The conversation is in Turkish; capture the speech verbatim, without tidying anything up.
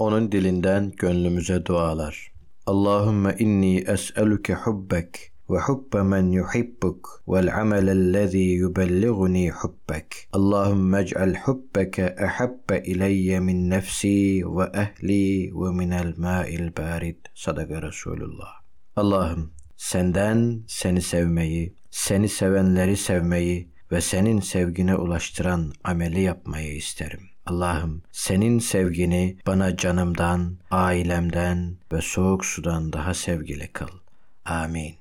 onun dilinden gönlümüze dualar. Allahümme inni es'eluke hubbek ve hubbe men yuhibbuk vel amelellezî yubelliğuni hubbek. Allahümme ec'al hubbeke ehabbe ileyye min nefsi ve ehli ve minel mâil bârid. Sadaka Resulullah. Allah'ım senden seni sevmeyi, seni sevenleri sevmeyi ve senin sevgine ulaştıran ameli yapmayı isterim. Allah'ım senin sevgini bana canımdan, ailemden ve soğuk sudan daha sevgili kıl. Amin.